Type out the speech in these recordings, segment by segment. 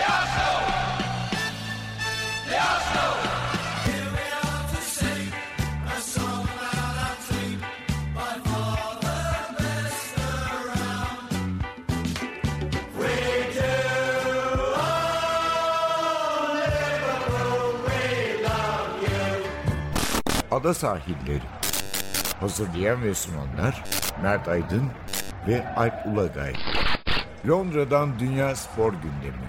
Ada Sahilleri. Hazırlayan ve sunanlar Mert Aydın ve Alp Ulagay. Londra'dan Dünya Spor Gündemi.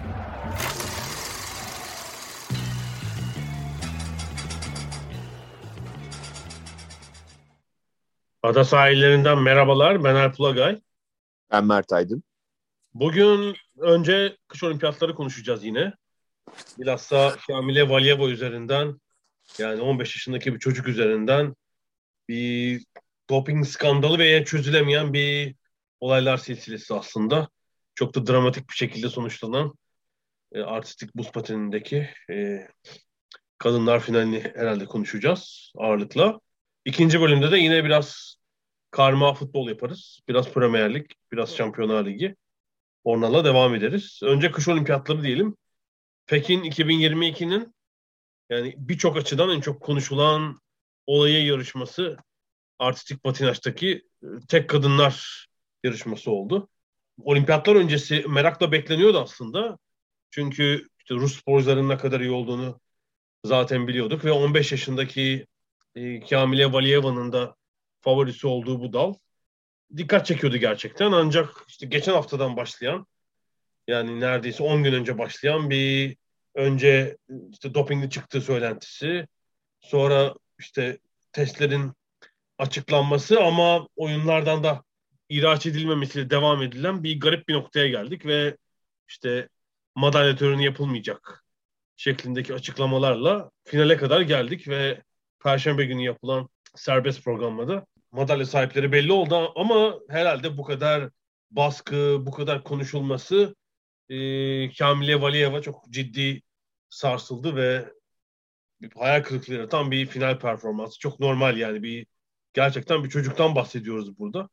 Ada sahillerinden merhabalar. Ben Alp Ulagay. Ben Mert Aydın. Bugün önce kış olimpiyatları konuşacağız yine. Bilhassa Kamile Valieva üzerinden, yani 15 yaşındaki bir çocuk üzerinden bir doping skandalı ve çözülemeyen bir olaylar silsilesi aslında. Çok da dramatik bir şekilde sonuçlanan artistik buz patenindeki kadınlar finalini herhalde konuşacağız ağırlıkla. İkinci bölümde de yine biraz karma futbol yaparız. Biraz Premier Lig, biraz Şampiyonlar Ligi. Onlarla devam ederiz. Önce kış olimpiyatları diyelim. Pekin 2022'nin yani birçok açıdan en çok konuşulan olayı yarışması artistik patinajdaki tek kadınlar yarışması oldu. Olimpiyatlar öncesi merakla bekleniyordu aslında. Çünkü işte Rus sporcuların ne kadar iyi olduğunu zaten biliyorduk ve 15 yaşındaki Kamile Valieva'nın da favorisi olduğu bu dal dikkat çekiyordu gerçekten. Ancak işte geçen haftadan başlayan, yani neredeyse 10 gün önce başlayan bir önce işte dopingli çıktığı söylentisi, sonra işte testlerin açıklanması ama oyunlardan da ihraç edilmemesiyle devam edilen bir garip bir noktaya geldik ve işte madalya töreni yapılmayacak şeklindeki açıklamalarla finale kadar geldik ve Perşembe günü yapılan serbest programda madalya sahipleri belli oldu ama herhalde bu kadar baskı, bu kadar konuşulması Kamile Valieva çok ciddi sarsıldı ve bir hayal kırıklığı yaratan bir final performansı. Çok normal yani, gerçekten bir çocuktan bahsediyoruz burada.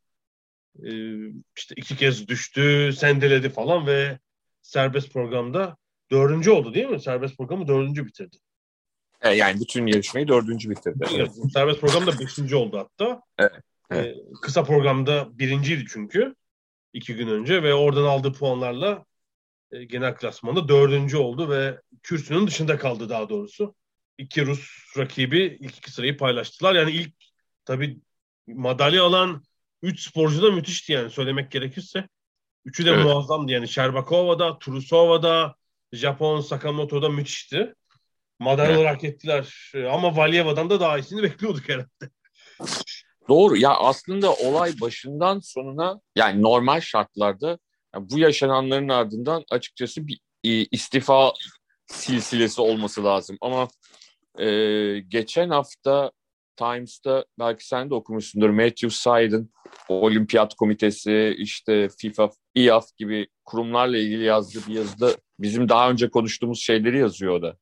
İşte 2 kez düştü, sendeledi falan ve serbest programda 4. oldu değil mi? Serbest programı 4. bitirdi. Yani bütün yarışmayı 4. bitirdi. Evet. Serbest programda 5. oldu hatta. Evet. Kısa programda 1.'ydi çünkü 2 gün önce ve oradan aldığı puanlarla genel klasmanda 4. oldu ve kürsünün dışında kaldı daha doğrusu. 2 Rus rakibi ilk 2 sırayı paylaştılar. Yani ilk tabii madalya alan 3 sporcu da müthişti yani söylemek gerekirse. Üçü de muazzamdı yani. Sherbakova'da, Trusova'da, Japon Sakamoto'da müthişti. Madalyalar hak ettiler. Ama Valieva'dan da daha iyisini bekliyorduk herhalde. Doğru. Ya aslında olay başından sonuna, yani normal şartlarda bu yaşananların ardından açıkçası bir istifa silsilesi olması lazım. Ama geçen hafta Times'ta belki sen de okumuşsundur. Matthew Syed'in Olimpiyat Komitesi, işte FIFA, IAAF gibi kurumlarla ilgili yazdığı bir yazıda bizim daha önce konuştuğumuz şeyleri yazıyor o da.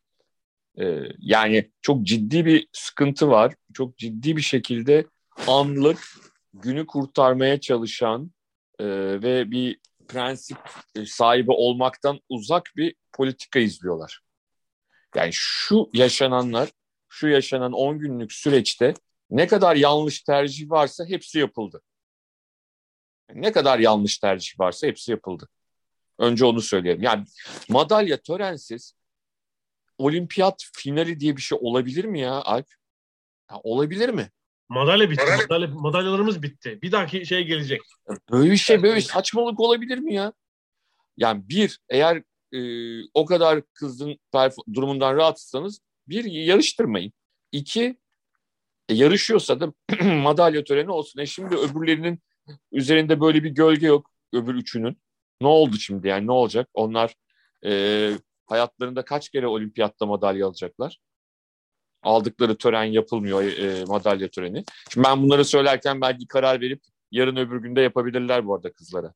Yani çok ciddi bir sıkıntı var. Çok ciddi bir şekilde anlık günü kurtarmaya çalışan ve bir prensip sahibi olmaktan uzak bir politika izliyorlar. Yani şu yaşanan 10 günlük süreçte ne kadar yanlış tercih varsa hepsi yapıldı. Ne kadar yanlış tercih varsa hepsi yapıldı. Önce onu söyleyelim. Yani madalya törensiz olimpiyat finali diye bir şey olabilir mi ya Alp? Ya olabilir mi? Madalya bitti. Madalyalarımız bitti. Bir dahaki şey gelecek. Böyle bir şey, böyle saçmalık olabilir mi ya? Yani eğer o kadar kızın durumundan rahatsızsanız yarıştırmayın. 2, yarışıyorsa da madalya töreni olsun. Şimdi öbürlerinin üzerinde böyle bir gölge yok, öbür üçünün. Ne oldu şimdi yani, ne olacak? Onlar hayatlarında kaç kere olimpiyatta madalya alacaklar? Aldıkları tören yapılmıyor, madalya töreni. Şimdi ben bunları söylerken belki karar verip yarın öbür günde yapabilirler bu arada kızlara.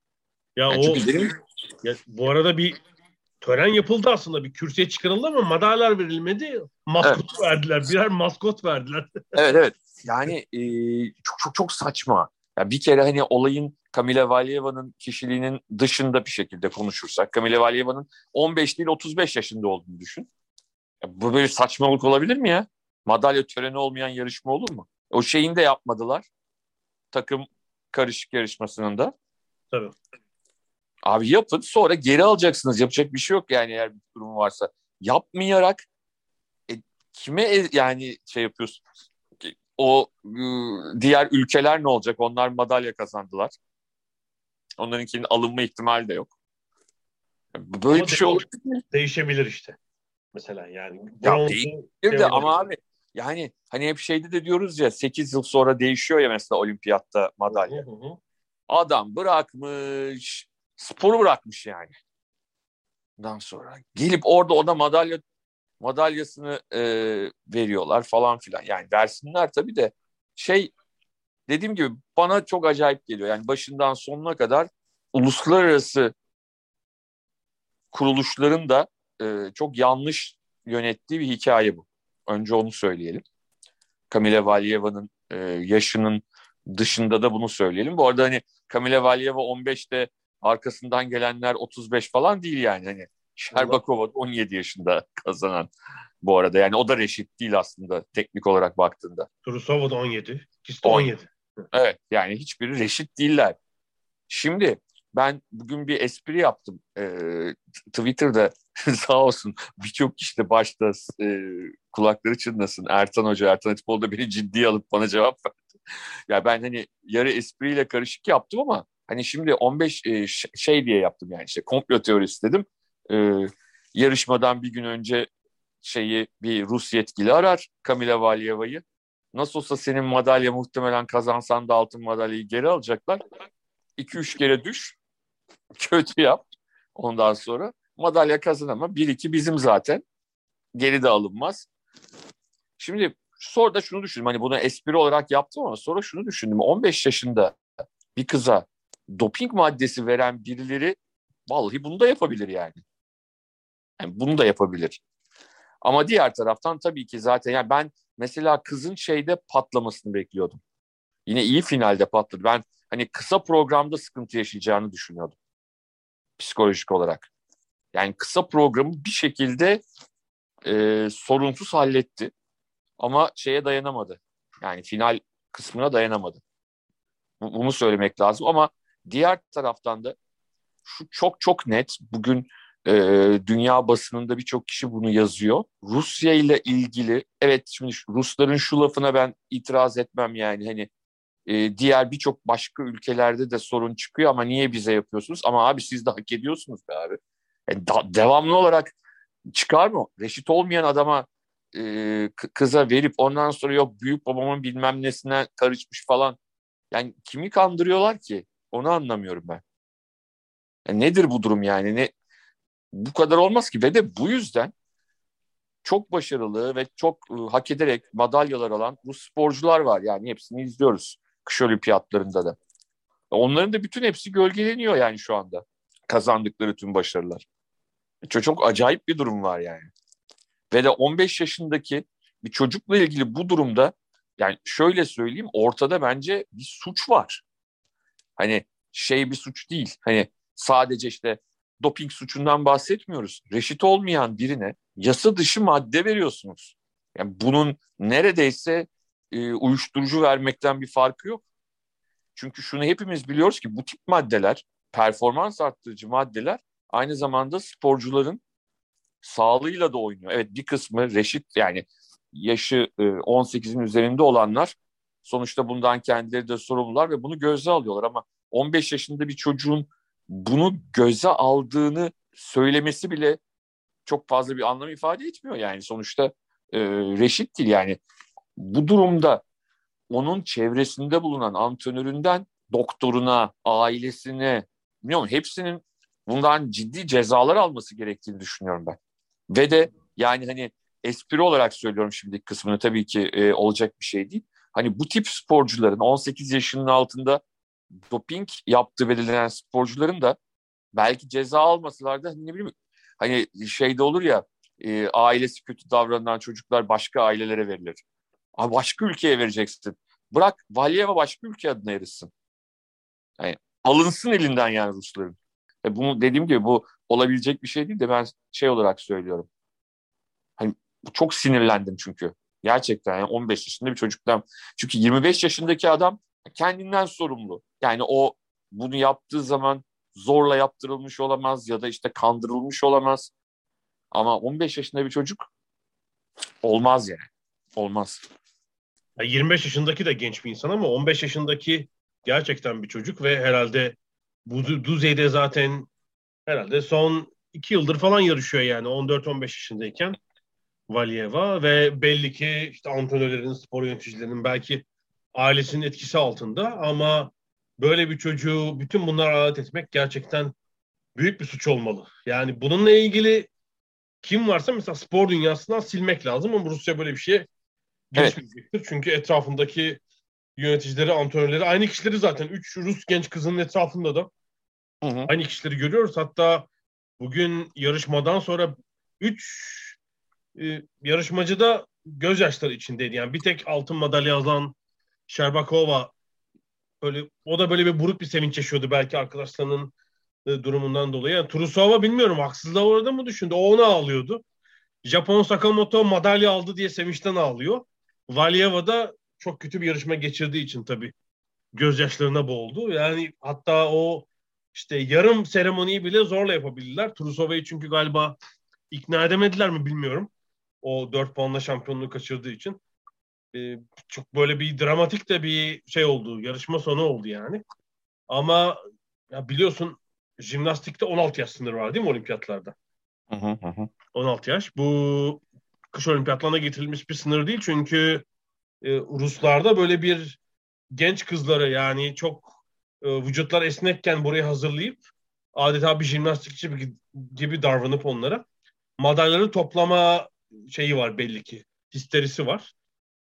Bu arada bir tören yapıldı aslında. Bir kürsüye çıkarıldı ama madalyalar verilmedi. Maskot verdiler. Birer maskot verdiler. Evet. Yani çok saçma. Ya bir kere hani olayın Kamila Valieva'nın kişiliğinin dışında bir şekilde konuşursak, Kamila Valieva'nın 15 değil 35 yaşında olduğunu düşün. Bu böyle saçmalık olabilir mi ya? Madalya töreni olmayan yarışma olur mu? O şeyini de yapmadılar. Takım karışık yarışmasının da. Tabii. Abi yapın, sonra geri alacaksınız. Yapacak bir şey yok yani, eğer bir durum varsa. Yapmayarak kime yani şey yapıyorsunuz? O diğer ülkeler ne olacak? Onlar madalya kazandılar. Onlarınkinin alınma ihtimali de yok. Böyle Ama bir şey olur mu? değişebilir işte. Mesela yani. Ya değişir de ama abi, yani hani hep şeyde de diyoruz ya, 8 yıl sonra değişiyor ya mesela olimpiyatta madalya. Adam bırakmış, sporu bırakmış yani. Ondan sonra gelip orada ona madalyasını veriyorlar falan filan. Yani versinler tabii de, şey, dediğim gibi bana çok acayip geliyor. Yani başından sonuna kadar uluslararası kuruluşların da çok yanlış yönettiği bir hikaye bu. Önce onu söyleyelim. Kamila Valieva'nın yaşının dışında da bunu söyleyelim. Bu arada hani Kamila Valieva 15'te, arkasından gelenler 35 falan değil yani. Hani Sherbakova 17 yaşında kazanan bu arada. Yani o da reşit değil aslında teknik olarak baktığında. Trusova da 17. İkisi de 17. Evet, yani hiçbiri reşit değiller. Şimdi ben bugün bir espri yaptım. Twitter'da sağ olsun birçok kişi de başta kulakları çınlasın. Ertan Hoca, Ertan Atipoğlu da beni ciddiye alıp bana cevap verdi. Ya ben hani yarı espriyle karışık yaptım ama hani şimdi 15 şey diye yaptım yani, işte komplo teorisi dedim. Yarışmadan bir gün önce bir Rus yetkili arar Kamila Valieva'yı. Nasıl olsa senin madalya, muhtemelen kazansan da altın madalyayı geri alacaklar. 2-3 kere düş, kötü yap. Ondan sonra madalya kazan ama 1-2 bizim zaten. Geri de alınmaz. Şimdi sonra da şunu düşündüm. Hani bunu espri olarak yaptım ama sonra şunu düşündüm. 15 yaşında bir kıza doping maddesi veren birileri vallahi bunu da yapabilir yani. Yani bunu da yapabilir. Ama diğer taraftan tabii ki zaten yani ben mesela kızın şeyde patlamasını bekliyordum. Yine iyi finalde patladı. Ben hani kısa programda sıkıntı yaşayacağını düşünüyordum. Psikolojik olarak. Yani kısa programı bir şekilde sorunsuz halletti. Ama şeye dayanamadı. Yani final kısmına dayanamadı. Bunu söylemek lazım. Ama diğer taraftan da şu çok çok net. Bugün dünya basınında birçok kişi bunu yazıyor. Rusya ile ilgili, evet, şimdi Rusların şu lafına ben itiraz etmem yani, hani diğer birçok başka ülkelerde de sorun çıkıyor ama niye bize yapıyorsunuz? Ama abi siz de hak ediyorsunuz be abi. Yani devamlı olarak çıkar mı? Reşit olmayan adama kıza verip ondan sonra yok büyük babamın bilmem nesine karışmış falan. Yani kimi kandırıyorlar ki? Onu anlamıyorum ben. Yani nedir bu durum yani? Bu kadar olmaz ki. Ve de bu yüzden çok başarılı ve çok hak ederek madalyalar alan Rus sporcular var. Yani hepsini izliyoruz kış olimpiyatlarında da. Onların da bütün hepsi gölgeleniyor yani şu anda. Kazandıkları tüm başarılar. Çok, çok acayip bir durum var yani. Ve de 15 yaşındaki bir çocukla ilgili bu durumda, yani şöyle söyleyeyim, ortada bence bir suç var. Hani bir suç değil. Hani sadece işte doping suçundan bahsetmiyoruz. Reşit olmayan birine yasa dışı madde veriyorsunuz. Yani bunun neredeyse uyuşturucu vermekten bir farkı yok. Çünkü şunu hepimiz biliyoruz ki bu tip maddeler, performans arttırıcı maddeler, aynı zamanda sporcuların sağlığıyla da oynuyor. Evet, bir kısmı reşit, yani yaşı 18'in üzerinde olanlar sonuçta bundan kendileri de sorumlular ve bunu göze alıyorlar ama 15 yaşında bir çocuğun bunu göze aldığını söylemesi bile çok fazla bir anlam ifade etmiyor yani. Sonuçta reşit değil yani. Bu durumda onun çevresinde bulunan antrenöründen doktoruna, ailesine, bilmiyorum, hepsinin bundan ciddi cezalar alması gerektiğini düşünüyorum ben. Ve de yani hani espri olarak söylüyorum şimdiki kısmını, tabii ki olacak bir şey değil. Hani bu tip sporcuların 18 yaşının altında doping yaptığı belirlenen sporcuların da belki ceza almasalar da ne bileyim, hani şeyde olur ya, ailesi kötü davranan çocuklar başka ailelere verilir. Abi başka ülkeye vereceksin. Bırak Valieva başka ülke adına yarışsın. Yani alınsın elinden yani Rusların. Bunu dediğim gibi bu olabilecek bir şey değil de ben şey olarak söylüyorum. Hani çok sinirlendim çünkü. Gerçekten yani 15 yaşında bir çocuktan. Çünkü 25 yaşındaki adam kendinden sorumlu. Yani o bunu yaptığı zaman zorla yaptırılmış olamaz ya da işte kandırılmış olamaz. Ama 15 yaşında bir çocuk olmaz yani. Olmaz. 25 yaşındaki de genç bir insan ama 15 yaşındaki gerçekten bir çocuk ve herhalde bu düzeyde zaten herhalde son 2 yıldır falan yarışıyor yani 14-15 yaşındayken Valieva ve belli ki işte antrenörlerin, spor yöneticilerinin belki ailesinin etkisi altında ama böyle bir çocuğu bütün bunlara alet etmek gerçekten büyük bir suç olmalı. Yani bununla ilgili kim varsa mesela spor dünyasından silmek lazım ama Rusya böyle bir şeye Evet. girişmeyecektir. Çünkü etrafındaki yöneticileri, antrenörleri aynı kişileri zaten 3 Rus genç kızının etrafında da Hı hı. aynı kişileri görüyoruz. Hatta bugün yarışmadan sonra 3 yarışmacı da gözyaşları içindeydi. Yani bir tek altın madalya alan Sherbakova öyle o da böyle bir buruk bir sevinç yaşıyordu belki arkadaşlarının durumundan dolayı. Yani Trusova bilmiyorum haksızlığa orada mı düşündü? O ona ağlıyordu. Japon Sakamoto madalya aldı diye sevinçten ağlıyor. Valieva da çok kötü bir yarışma geçirdiği için tabii gözyaşlarına boğuldu. Yani hatta o işte yarım seremoniyi bile zorla yapabildiler. Trusova'yı çünkü galiba ikna edemediler mi bilmiyorum. O 4 puanla şampiyonluğu kaçırdığı için. Çok böyle bir dramatik de bir şey oldu. Yarışma sonu oldu yani. Ama ya biliyorsun jimnastikte 16 yaş sınırı var değil mi olimpiyatlarda? Hı hı hı. 16 yaş. Bu kış olimpiyatlarına getirilmiş bir sınır değil. Çünkü Ruslarda böyle bir genç kızları yani çok vücutlar esnekken buraya hazırlayıp adeta bir jimnastikçi gibi davranıp onlara madalyaları toplama şeyi var belli ki. Histerisi var.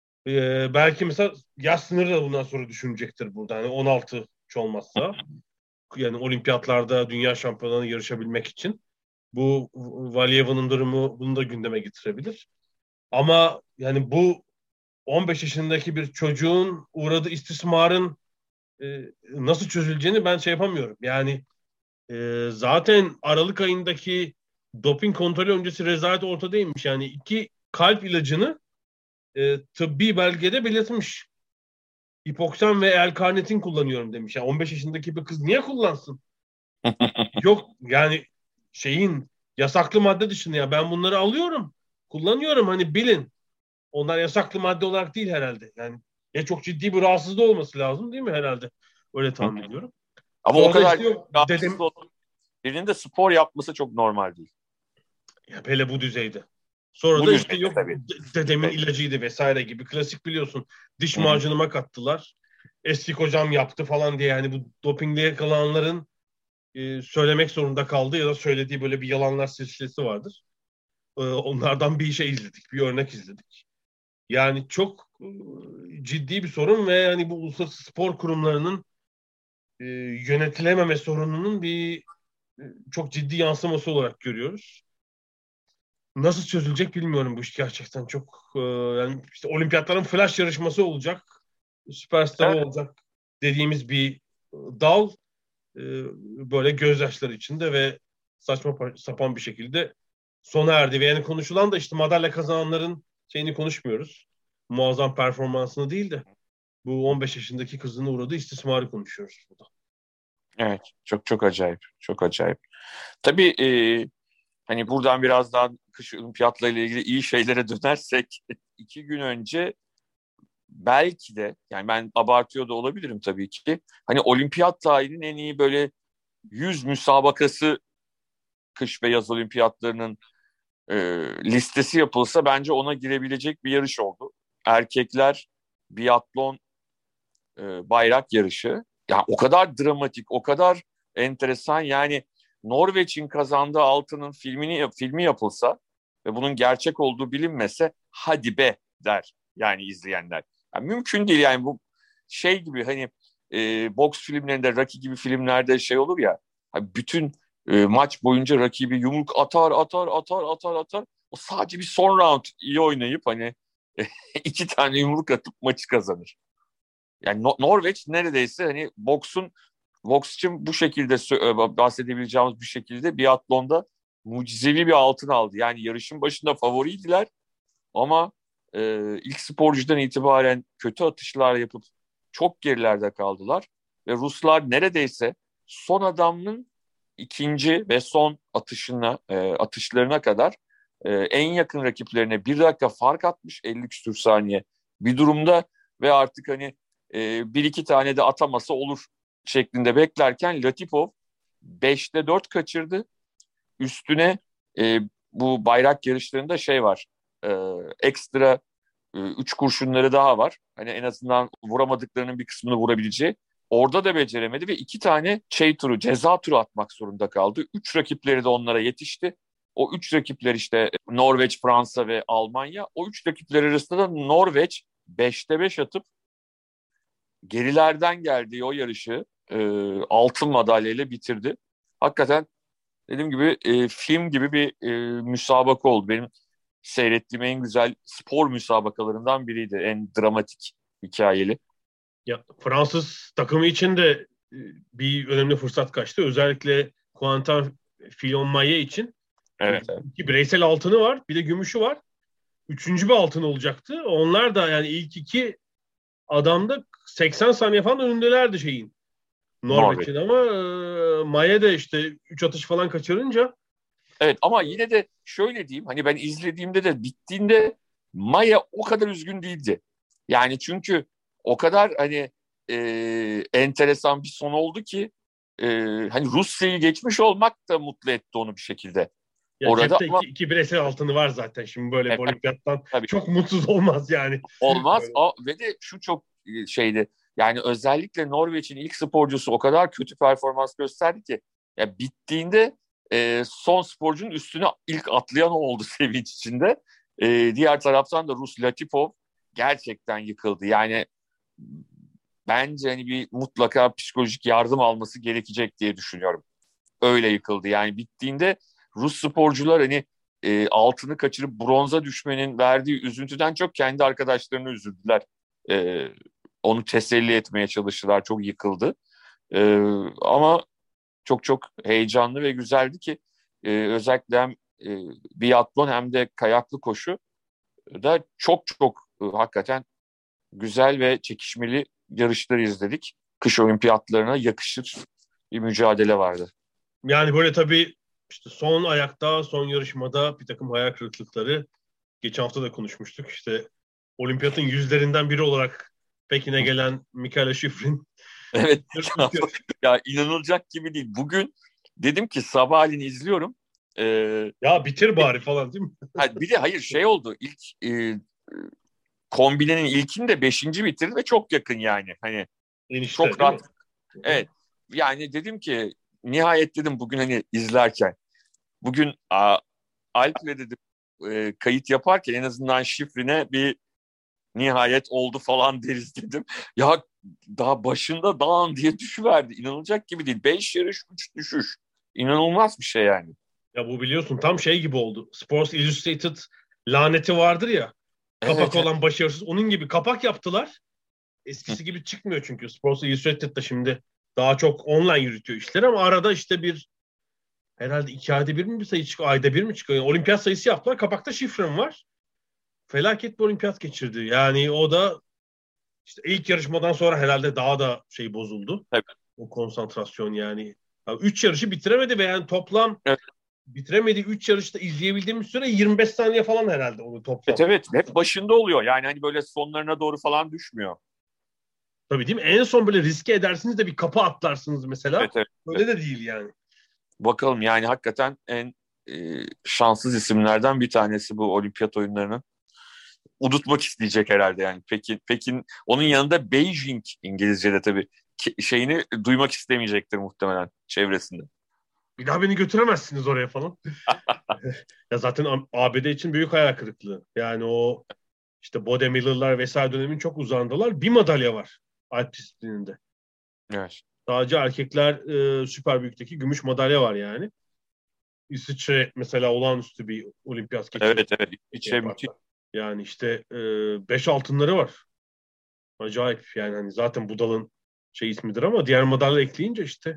Belki mesela yaş sınırı da bundan sonra düşünecektir burada. Hani 16 hiç olmazsa. Yani olimpiyatlarda dünya şampiyonlarına yarışabilmek için. Bu Valieva'nın durumu bunu da gündeme getirebilir. Ama yani bu 15 yaşındaki bir çocuğun uğradığı istismarın nasıl çözüleceğini ben şey yapamıyorum. Yani zaten Aralık ayındaki doping kontrolü öncesi rezalet ortadaymış. Yani 2 kalp ilacını tıbbi belgede belirtmiş. Hipoksan ve L-karnitin kullanıyorum demiş. Yani 15 yaşındaki bir kız niye kullansın? Yok yani şeyin yasaklı madde dışında ya ben bunları alıyorum. Kullanıyorum hani bilin. Onlar yasaklı madde olarak değil herhalde. Yani ya çok ciddi bir rahatsızlığı olması lazım değil mi herhalde? Öyle tahmin ediyorum. Ama o Sonra da kadar işte yok rahatsız dedem olan birinin de spor yapması çok normal değil. ya hele bu düzeyde. Sonra Bu da işte düzeyde yok tabii. dedemin Evet. ilacıydı vesaire gibi. Klasik biliyorsun. Diş Hı hı. macunuma kattılar. Eski kocam yaptı falan diye yani bu dopingle yakalananların söylemek zorunda kaldı ya da söylediği böyle bir yalanlar silsilesi vardır. Onlardan bir şey izledik, bir örnek izledik. Yani çok ciddi bir sorun ve yani bu uluslararası spor kurumlarının yönetilememe sorununun bir çok ciddi yansıması olarak görüyoruz. Nasıl çözülecek bilmiyorum bu iş gerçekten çok yani işte olimpiyatların flash yarışması olacak, süperstarı Evet. olacak dediğimiz bir dal e, böyle gözyaşları içinde ve saçma sapan bir şekilde sona erdi. Ve yani konuşulan da işte madalya kazananların şeyini konuşmuyoruz. Muazzam performansını değil de bu 15 yaşındaki kızın uğradığı istismarı konuşuyoruz burada. Evet. Çok çok acayip. Çok acayip. Tabii hani buradan biraz daha kış olimpiyatlarıyla ilgili iyi şeylere dönersek 2 gün önce belki de yani ben abartıyor da olabilirim tabii ki. Hani olimpiyat tarihinin en iyi böyle 100 müsabakası kış ve yaz olimpiyatlarının e, listesi yapılsa bence ona girebilecek bir yarış oldu. Erkekler biatlon bayrak yarışı. Yani o kadar dramatik, o kadar enteresan yani Norveç'in kazandığı altının filmi yapılsa ve bunun gerçek olduğu bilinmese hadi be der yani izleyenler. Yani mümkün değil yani bu şey gibi hani boks filmlerinde Rocky gibi filmlerde şey olur ya hani bütün maç boyunca rakibi yumruk atar. O sadece bir son round iyi oynayıp hani 2 tane yumruk atıp maçı kazanır. Yani Norveç neredeyse hani boksun Vox için bu şekilde bahsedebileceğimiz bir şekilde biatlonda mucizevi bir altın aldı. Yani yarışın başında favoriydiler ama ilk sporcudan itibaren kötü atışlar yapıp çok gerilerde kaldılar. Ve Ruslar neredeyse son adamın ikinci ve son atışlarına kadar en yakın rakiplerine 1 dakika fark atmış 50 küsur saniye bir durumda ve artık hani bir iki tane de atamasa olur şeklinde beklerken Latipov 5'te 4 kaçırdı. Üstüne bu bayrak yarışlarında şey var. Ekstra 3 kurşunları daha var. Hani en azından vuramadıklarının bir kısmını vurabileceği. Orada da beceremedi ve 2 tane ceza turu atmak zorunda kaldı. 3 rakipleri de onlara yetişti. O 3 rakipler işte Norveç, Fransa ve Almanya. O 3 rakipler arasında da Norveç 5'te 5 atıp gerilerden geldiği o yarışı altın madalyayla bitirdi. Hakikaten dediğim gibi film gibi bir müsabaka oldu. Benim seyrettiğim en güzel spor müsabakalarından biriydi. En dramatik, hikayeli. Ya, Fransız takımı için de bir önemli fırsat kaçtı. Özellikle Quentin Fillon-Maillet için. Evet, Çünkü evet. iki bireysel altını var. Bir de gümüşü var. Üçüncü bir altın olacaktı. Onlar da yani ilk iki adamda 80 saniye falan önündelerdi şeyin. Norveç'in ama Maillet de işte 3 atış falan kaçırınca. Evet ama yine de şöyle diyeyim, hani ben izlediğimde de bittiğinde Maya o kadar üzgün değildi. Yani çünkü o kadar hani enteresan bir son oldu ki hani Rusya'yı geçmiş olmak da mutlu etti onu bir şekilde. Ya Orada cepte ama iki bireysel altını var zaten. Şimdi böyle bir olimpiyattan tabii çok mutsuz olmaz yani. olmaz. Ve de şu çok şeydi. Yani özellikle Norveç'in ilk sporcusu o kadar kötü performans gösterdi ki ya bittiğinde son sporcunun üstüne ilk atlayan o oldu sevinç içinde. Diğer taraftan da Rus Latipov gerçekten yıkıldı. Yani bence hani bir mutlaka psikolojik yardım alması gerekecek diye düşünüyorum. Öyle yıkıldı. Yani bittiğinde Rus sporcular hani altını kaçırıp bronza düşmenin verdiği üzüntüden çok kendi arkadaşlarını üzüldüler. E, Onu teselli etmeye çalıştılar. Çok yıkıldı. Ama çok çok heyecanlı ve güzeldi ki özellikle hem biatlon hem de kayaklı koşu da çok çok hakikaten güzel ve çekişmeli yarışlar izledik. Kış olimpiyatlarına yakışır bir mücadele vardı. Yani böyle tabii işte son ayakta, son yarışmada bir takım hayal kırıklıkları. Geçen hafta da konuşmuştuk. İşte olimpiyatın yüzlerinden biri olarak Pekin'e gelen Mikaela Shiffrin. Evet ya inanılacak gibi değil. Bugün dedim ki sabahleyin izliyorum. Ya bitir bari falan değil mi? Bir de hayır şey oldu. İlk kombinenin ilkini de 5. bitirdi ve çok yakın yani. Hani Enişte çok değil mi? rahat. Evet. Yani dedim ki nihayet dedim bugün hani izlerken bugün Alp'le dedim kayıt yaparken en azından şifrine bir nihayet oldu falan deriz dedim. Ya daha başında dağın diye düşüverdi. İnanılacak gibi değil. 5 yarış 3 düşüş. İnanılmaz bir şey yani. Ya bu biliyorsun tam şey gibi oldu. Sports Illustrated laneti vardır ya. Kapak Evet, evet. olan başarısız. Onun gibi kapak yaptılar. Eskisi gibi çıkmıyor çünkü. Sports Illustrated da şimdi daha çok online yürütüyor işleri ama arada işte bir herhalde 2 ayda bir mi bir sayı çıkıyor, ayda bir mi çıkıyor? Yani olimpiyat sayısı yaptılar. Kapakta şifrem var. Felaket bir olimpiyat geçirdi. Yani o da işte ilk yarışmadan sonra herhalde daha da şey bozuldu. Evet. O konsantrasyon yani. 3 yarışı bitiremedi ve yani toplam Evet. bitiremediği 3 yarışta izleyebildiğimiz süre 25 saniye falan herhalde onu toplam. Evet, evet. Hep başında oluyor. Yani hani böyle sonlarına doğru falan düşmüyor. Tabii değil mi? En son böyle riske edersiniz de bir kapı atlarsınız mesela. Evet, evet. Öyle de değil yani. Bakalım yani hakikaten en şanssız isimlerden bir tanesi bu olimpiyat oyunlarının. Unutmak isteyecek herhalde yani. Pekin onun yanında Beijing İngilizce'de tabii şeyini duymak istemeyecektir muhtemelen çevresinde. Bir daha beni götüremezsiniz oraya falan. Ya zaten ABD için büyük hayal kırıklığı. Yani o işte Bode Miller'lar vesaire dönemin çok uzandılar. Bir madalya var alp disiplininde. Evet. Sadece erkekler süper büyükteki gümüş madalya var yani. İsviçre mesela olağanüstü bir olimpiyat geçirdi. Evet, evet. İçe müthiş. Yani işte 5 altınları var. Acayip yani hani zaten bu dalın ismidir ama diğer madalya ekleyince işte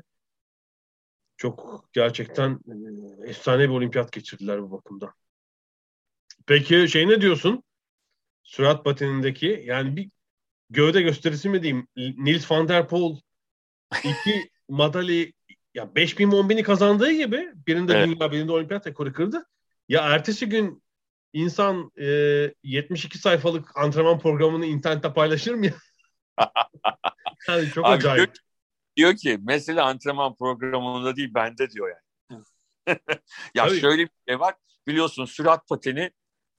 çok gerçekten efsane bir olimpiyat geçirdiler bu bakımdan. Peki ne diyorsun? Sürat patenindeki yani bir gövde gösterisi mi diyeyim? Nils van der Poel iki madalyayı ya 5000 10.000'i kazandığı gibi birinde dünya birinde olimpiyat rekoru kırdı. Ya ertesi gün insan 72 sayfalık antrenman programını internette paylaşır mı ya? Yani çok Abi acayip. diyor ki mesele antrenman programında değil bende diyor yani. Ya Tabii. şöyle bir şey var. Biliyorsun sürat pateni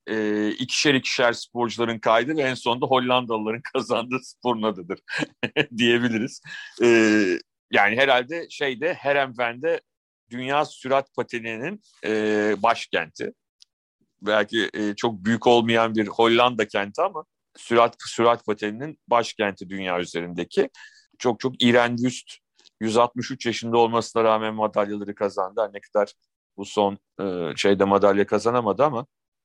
ikişer sporcuların kaydı ve en sonunda Hollandalıların kazandığı sporun adıdır diyebiliriz. Yani herhalde Heerenveen'de dünya sürat pateninin başkenti. Belki çok büyük olmayan bir Hollanda kenti ama sürat pateninin başkenti dünya üzerindeki. Çok çok Irene Wüst 163 yaşında olmasına rağmen madalyaları kazandı. Ne kadar bu son madalya kazanamadı ama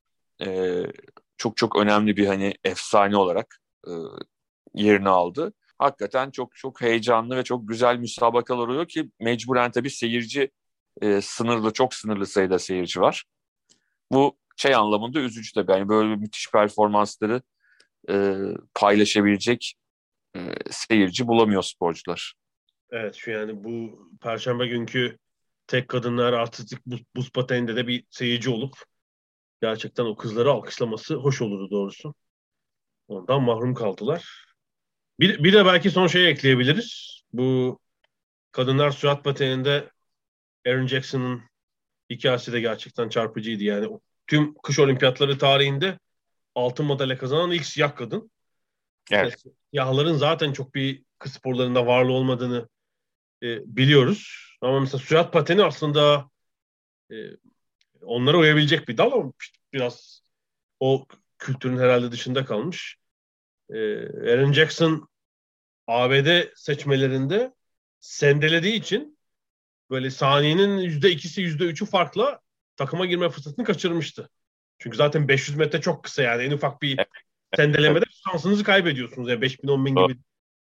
çok çok önemli bir hani efsane olarak yerini aldı. Hakikaten çok çok heyecanlı ve çok güzel müsabakalar oluyor ki mecburen tabii seyirci çok sınırlı sayıda seyirci var. Bu anlamında üzücü tabii. Yani böyle müthiş performansları paylaşabilecek seyirci bulamıyor sporcular. Evet yani bu Perşembe günkü tek kadınlar artistik buz pateninde de bir seyirci olup gerçekten o kızları alkışlaması hoş olurdu doğrusu. Ondan mahrum kaldılar. Bir de belki son ekleyebiliriz. Bu kadınlar sürat pateninde Aaron Jackson'ın hikayesi de gerçekten çarpıcıydı. Yani tüm kış olimpiyatları tarihinde altın madalya kazanan ilk siyah kadın. Evet. Siyahların zaten çok bir kız sporlarında varlığı olmadığını biliyoruz. Ama mesela sürat pateni aslında e, onlara uyabilecek bir dal ama biraz o kültürün herhalde dışında kalmış. Aaron Jackson ABD seçmelerinde sendelediği için böyle saniyenin %2'si %3'ü farkla takıma girme fırsatını kaçırmıştı. Çünkü zaten 500 metre çok kısa yani en ufak bir sendelemede şansınızı kaybediyorsunuz. Yani 5000 10.000 gibi.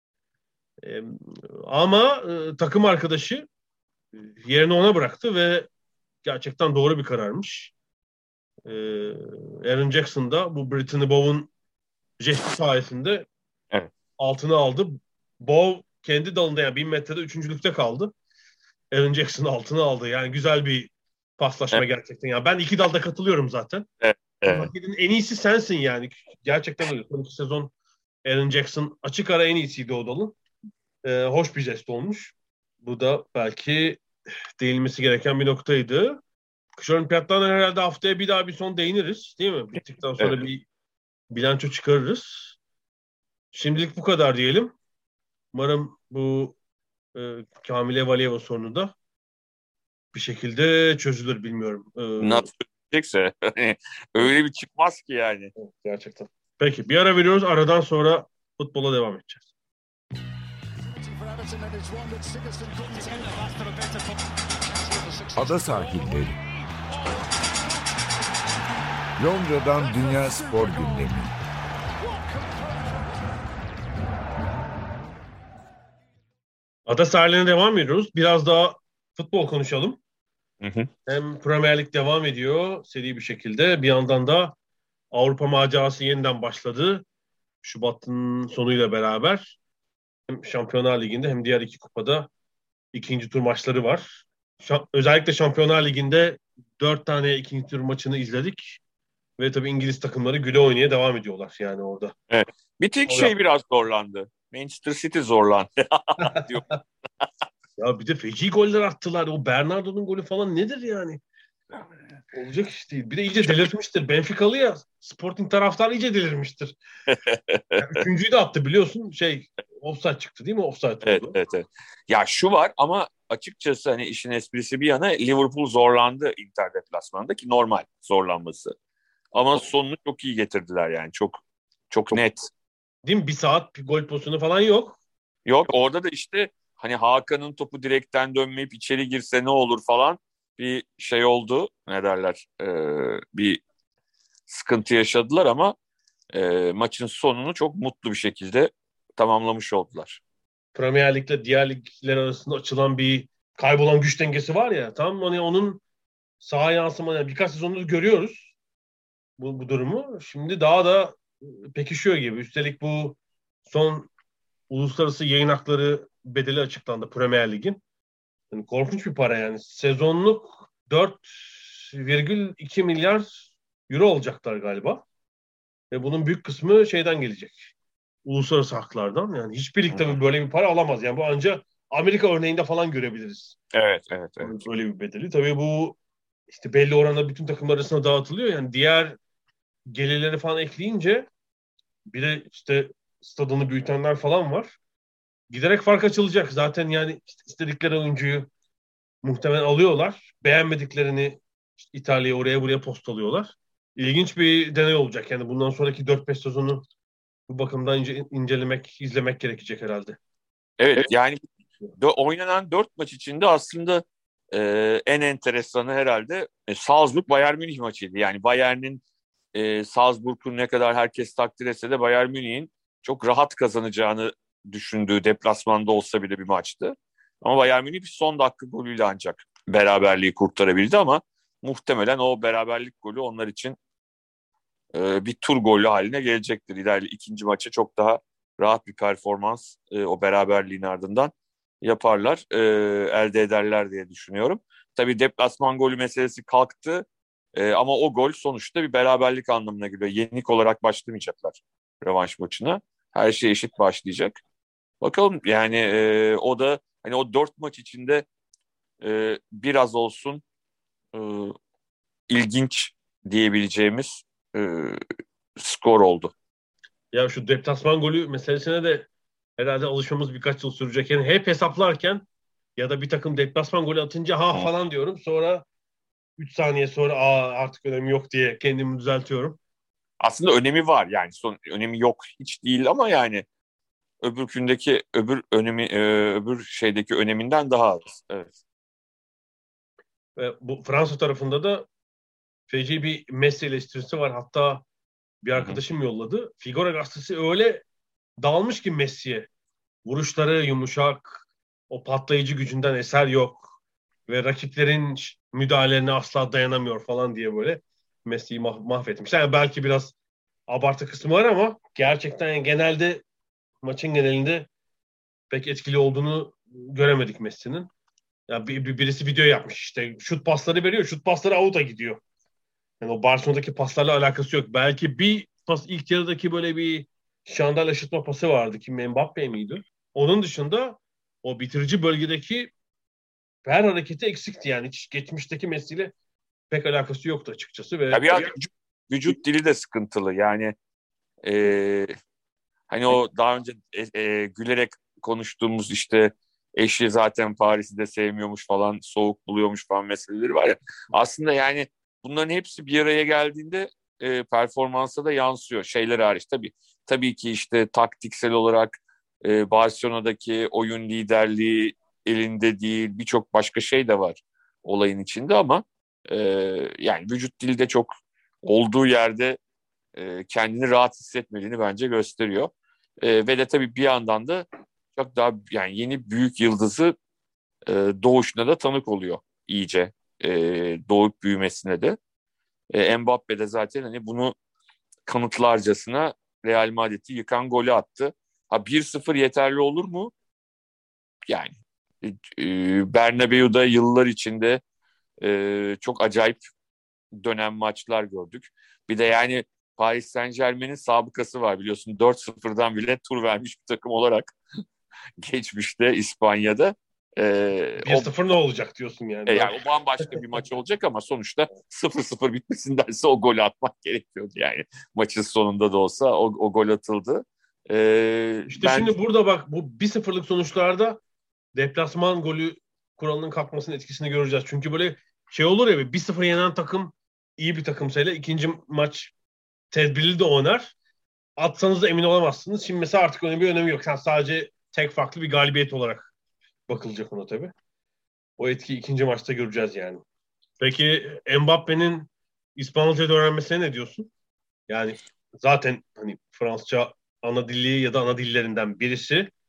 Ama takım arkadaşı yerini ona bıraktı ve gerçekten doğru bir kararmış. Aaron Jackson da bu Brittany Bow'un jesti sayesinde altını aldı. Bow kendi dalında yani 1000 metrede üçüncülükte kaldı. Aaron Jackson altını aldı. Yani güzel bir paslaşma gerçekten. Yani ben iki dalda katılıyorum zaten. En iyisi sensin yani. Gerçekten öyle. Son iki sezon Aaron Jackson açık ara en iyisiydi o dalın. Hoş bir jest olmuş. Bu da belki değinilmesi gereken bir noktaydı. Kış olimpiyatlarına herhalde haftaya bir son değiniriz. Değil mi? Bittikten sonra bir bilanço çıkarırız. Şimdilik bu kadar diyelim. Umarım bu Kamile Valieva sorunu da bir şekilde çözülür bilmiyorum. Nasıl çözülecekse öyle bir çıkmaz ki yani. Gerçekten. Peki bir ara veriyoruz. Aradan sonra futbola devam edeceğiz. Ada sahilleri. Londra'dan Dünya Spor Gündemi. Ada sahillerine devam ediyoruz. Biraz daha futbol konuşalım. Hem Premier Lig devam ediyor seri bir şekilde. Bir yandan da Avrupa macerası yeniden başladı. Şubat'ın sonuyla beraber hem Şampiyonlar Ligi'nde hem diğer iki kupada ikinci tur maçları var. Özellikle Şampiyonlar Ligi'nde 4 tane ikinci tur maçını izledik. Ve tabii İngiliz takımları güle oynaya devam ediyorlar yani orada. Evet. Bir tek biraz zorlandı. Manchester City zorlandı. Ya bir de feci goller attılar. O Bernardo'nun golü falan nedir yani? Olacak iş değil. Bir de iyice delirtmiştir. Benficalı ya. Sporting taraftar iyice delirmiştir. Yani üçüncüyü de attı biliyorsun. Offside çıktı değil mi? Offside oldu. Evet. Ya şu var ama açıkçası hani işin esprisi bir yana Liverpool zorlandı Inter deplasmanında ki normal zorlanması. Ama sonunu çok iyi getirdiler yani. Çok net. Değil mi? Bir saat bir gol pozisyonu falan yok. Yok orada da işte hani Hakan'ın topu direkten dönmeyip içeri girse ne olur falan bir oldu. Ne derler? Bir sıkıntı yaşadılar ama maçın sonunu çok mutlu bir şekilde tamamlamış oldular. Premier Lig'le diğer ligler arasında açılan bir kaybolan güç dengesi var ya. Tam hani onun saha yansımanı yani birkaç sezondur görüyoruz bu durumu. Şimdi daha da pekişiyor gibi. Üstelik bu son uluslararası yayın hakları bedeli açıklandı Premier Lig'in. Yani korkunç bir para yani. Sezonluk 4,2 milyar euro olacaklar galiba. Ve bunun büyük kısmı şeyden gelecek. Uluslararası haklardan. Yani hiçbir lig tabii böyle bir para alamaz. Yani bu ancak Amerika örneğinde falan görebiliriz. Evet, evet, evet. Böyle bir bedeli. Tabii bu işte belli oranda bütün takımlar arasında dağıtılıyor. Yani diğer gelirleri falan ekleyince bir de işte stadını büyütenler falan var. Giderek fark açılacak. Zaten yani işte istedikleri oyuncuyu muhtemelen alıyorlar. Beğenmediklerini işte İtalya'ya oraya buraya postalıyorlar. İlginç bir deney olacak. Yani bundan sonraki 4-5 sezonu bu bakımdan incelemek, izlemek gerekecek herhalde. Evet, yani oynanan 4 maç içinde aslında en enteresanı herhalde Salzburg-Bayern Münih maçıydı. Yani Bayern'in Salzburg'un ne kadar herkes takdir etse de Bayern Münih'in çok rahat kazanacağını düşündüğü deplasmanda olsa bile bir maçtı. Ama Bayern Münih bir son dakika golüyle ancak beraberliği kurtarabildi ama muhtemelen o beraberlik golü onlar için bir tur golü haline gelecektir. İleride ikinci maçı çok daha rahat bir performans o beraberliğin ardından yaparlar, elde ederler diye düşünüyorum. Tabii deplasman golü meselesi kalktı ama o gol sonuçta bir beraberlik anlamına geliyor. Yenik olarak başlamayacaklar rövanş maçına. Her şey eşit başlayacak. Bakalım yani o da hani o 4 maç içinde biraz olsun e, ilginç diyebileceğimiz e, skor oldu. Ya şu deplasman golü meselesine de herhalde alışmamız birkaç yıl sürecek. Yani hep hesaplarken ya da bir takım deplasman golü atınca ha falan diyorum. Sonra 3 saniye sonra artık önemi yok diye kendimi düzeltiyorum. Aslında önemi var yani önemi yok hiç değil ama yani öbür şeydeki öneminden daha az. Evet. Ve bu Fransa tarafında da feci bir Messi eleştirisi var. Hatta bir Hı hı. arkadaşım yolladı. Figaro gazetesi öyle dalmış ki Messi'ye. Vuruşları yumuşak, o patlayıcı gücünden eser yok ve rakiplerin müdahalelerine asla dayanamıyor falan diye böyle Messi'yi mahvetmiş. Yani belki biraz abartı kısmı var ama gerçekten yani genelde maçın genelinde pek etkili olduğunu göremedik Messi'nin. Ya birisi video yapmış işte şut pasları veriyor, şut pasları out'a gidiyor. Yani o Barcelona'daki paslarla alakası yok. Belki bir pas ilk yarıdaki böyle bir şandal aşıtma pası vardı. Kim Mbappe miydi? Onun dışında o bitirici bölgedeki her hareketi eksikti yani. Hiç geçmişteki Messi'yle pek alakası yoktu açıkçası Ya ve biraz vücut dili de sıkıntılı yani hani o daha önce gülerek konuştuğumuz işte eşi zaten Paris'i de sevmiyormuş falan soğuk buluyormuş falan meseleleri var ya aslında yani bunların hepsi bir araya geldiğinde performansa da yansıyor şeyler hariç tabii ki işte taktiksel olarak Barcelona'daki oyun liderliği elinde değil birçok başka şey de var olayın içinde ama e, yani vücut dili de çok olduğu yerde kendini rahat hissetmediğini bence gösteriyor. Ve de tabii bir yandan da çok daha yani yeni büyük yıldızı doğuşuna da tanık oluyor iyice e, doğup büyümesine de. Mbappe de zaten hani bunu kanıtlarcasına Real Madrid'i yıkan golü attı. Ha 1-0 yeterli olur mu? Yani Bernabeu'da yıllar içinde çok acayip dönem maçlar gördük. Bir de yani Paris Saint-Germain'in sabıkası var biliyorsun 4-0'dan bile tur vermiş bir takım olarak geçmişte İspanya'da. O 1-0 ne olacak diyorsun yani. yani o bambaşka bir maç olacak ama sonuçta 0-0 bitmesindense o golü atmak gerekiyordu yani. Maçın sonunda da olsa o gol atıldı. İşte Ben şimdi burada bak bu 1-0'lık sonuçlarda deplasman golü kuralının kalkmasının etkisini göreceğiz. Çünkü böyle şey olur ya 1-0 yenen takım iyi bir takımsayla ikinci maç tedbirli de oynar. Atsanız da emin olamazsınız. Şimdi mesela artık öyle bir önemi yok. Sen sadece tek farklı bir galibiyet olarak bakılacak ona tabii. O etkiyi ikinci maçta göreceğiz yani. Peki Mbappe'nin İspanyolca öğrenmesine ne diyorsun? Yani zaten hani Fransızca ana dili ya da ana dillerinden birisi.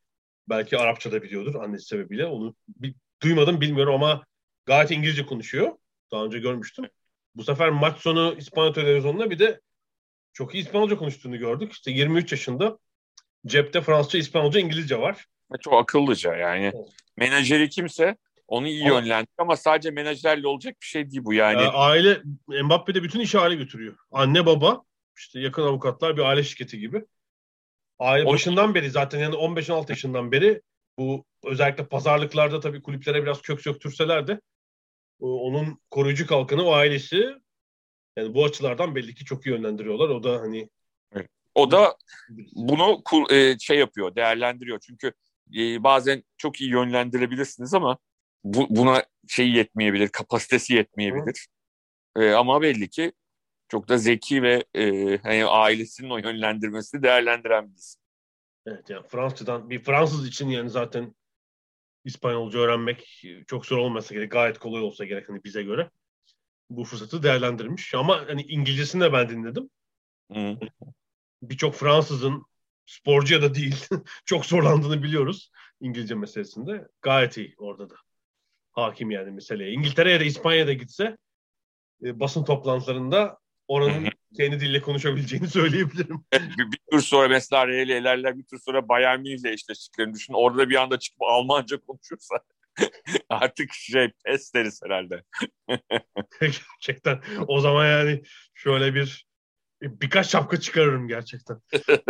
Belki Arapça da biliyordur annesi sebebiyle. Onu duymadım bilmiyorum ama gayet İngilizce konuşuyor. Daha önce görmüştüm. Bu sefer maç sonu İspanya televizyonunda bir de çok iyi İspanyolca konuştuğunu gördük. İşte 23 yaşında cepte Fransızca, İspanyolca, İngilizce var. Çok akıllıca yani. Menajeri kimse onu iyi yönlendiriyor ama sadece menajerle olacak bir şey değil bu yani. Aile, Mbappe'de bütün işi aile götürüyor. Anne baba, işte yakın avukatlar, bir aile şirketi gibi. Aile başından beri zaten, yani 15-16 yaşından beri bu özellikle pazarlıklarda tabii kulüplere biraz kök söktürseler de onun koruyucu kalkanı o ailesi. Yani bu açılardan belli ki çok iyi yönlendiriyorlar. O da hani o da bunu şey yapıyor, değerlendiriyor. Çünkü bazen çok iyi yönlendirebilirsiniz ama buna şey yetmeyebilir, kapasitesi yetmeyebilir. Ama belli ki çok da zeki ve hani ailesinin o yönlendirmesini değerlendiren birisi. Evet, yani Fransızcadan bir Fransız için yani zaten İspanyolca öğrenmek çok zor olmasa gerek, gayet kolay olsa gerek hani bize göre. Bu fırsatı değerlendirmiş. Ama hani İngilizcesini de ben dinledim. Hı. Birçok Fransızın sporcu ya da değil çok zorlandığını biliyoruz İngilizce meselesinde. Gayet iyi orada da. Hakim yani meseleye. İngiltere'ye ya da İspanya'da gitse basın toplantılarında oranın kendi dille konuşabileceğini söyleyebilirim. Bir tür sonra mesela Real'i elerler, bir tür sonra Bayern Münih'le eşleştiklerini düşün. Orada bir anda çıkıp Almanca konuşursa artık pes deriz herhalde. Gerçekten. O zaman yani şöyle birkaç şapka çıkarırım gerçekten.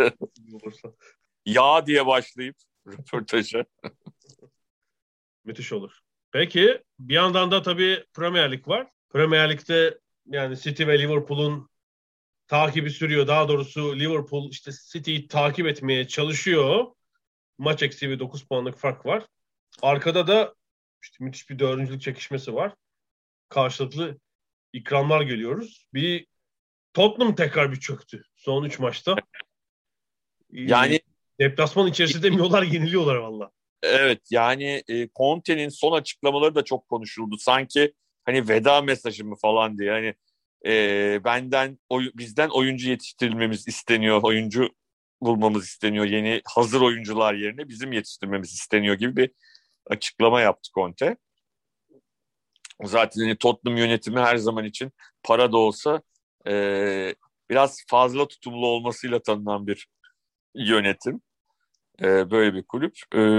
Ya diye başlayıp röportaja. Müthiş olur. Peki bir yandan da tabii Premier Lig var. Premier Lig'de yani City ve Liverpool'un takibi sürüyor. Daha doğrusu Liverpool işte City'yi takip etmeye çalışıyor. Maç eksiği ve 9 puanlık fark var. Arkada da işte müthiş bir dördüncülük çekişmesi var. Karşılıklı ikramlar görüyoruz. Bir Tottenham tekrar bir çöktü. Son 3 maçta. Yani deplasman içerisinde demiyorlar, yeniliyorlar valla. Evet yani Conte'nin son açıklamaları da çok konuşuldu. Sanki hani veda mesajı mı falan diye. Hani bizden oyuncu yetiştirilmemiz isteniyor. Oyuncu bulmamız isteniyor. Yeni hazır oyuncular yerine bizim yetiştirmemiz isteniyor gibi bir açıklama yaptı Conte. Zaten hani Tottenham yönetimi her zaman için para da olsa biraz fazla tutumlu olmasıyla tanınan bir yönetim. Böyle bir kulüp.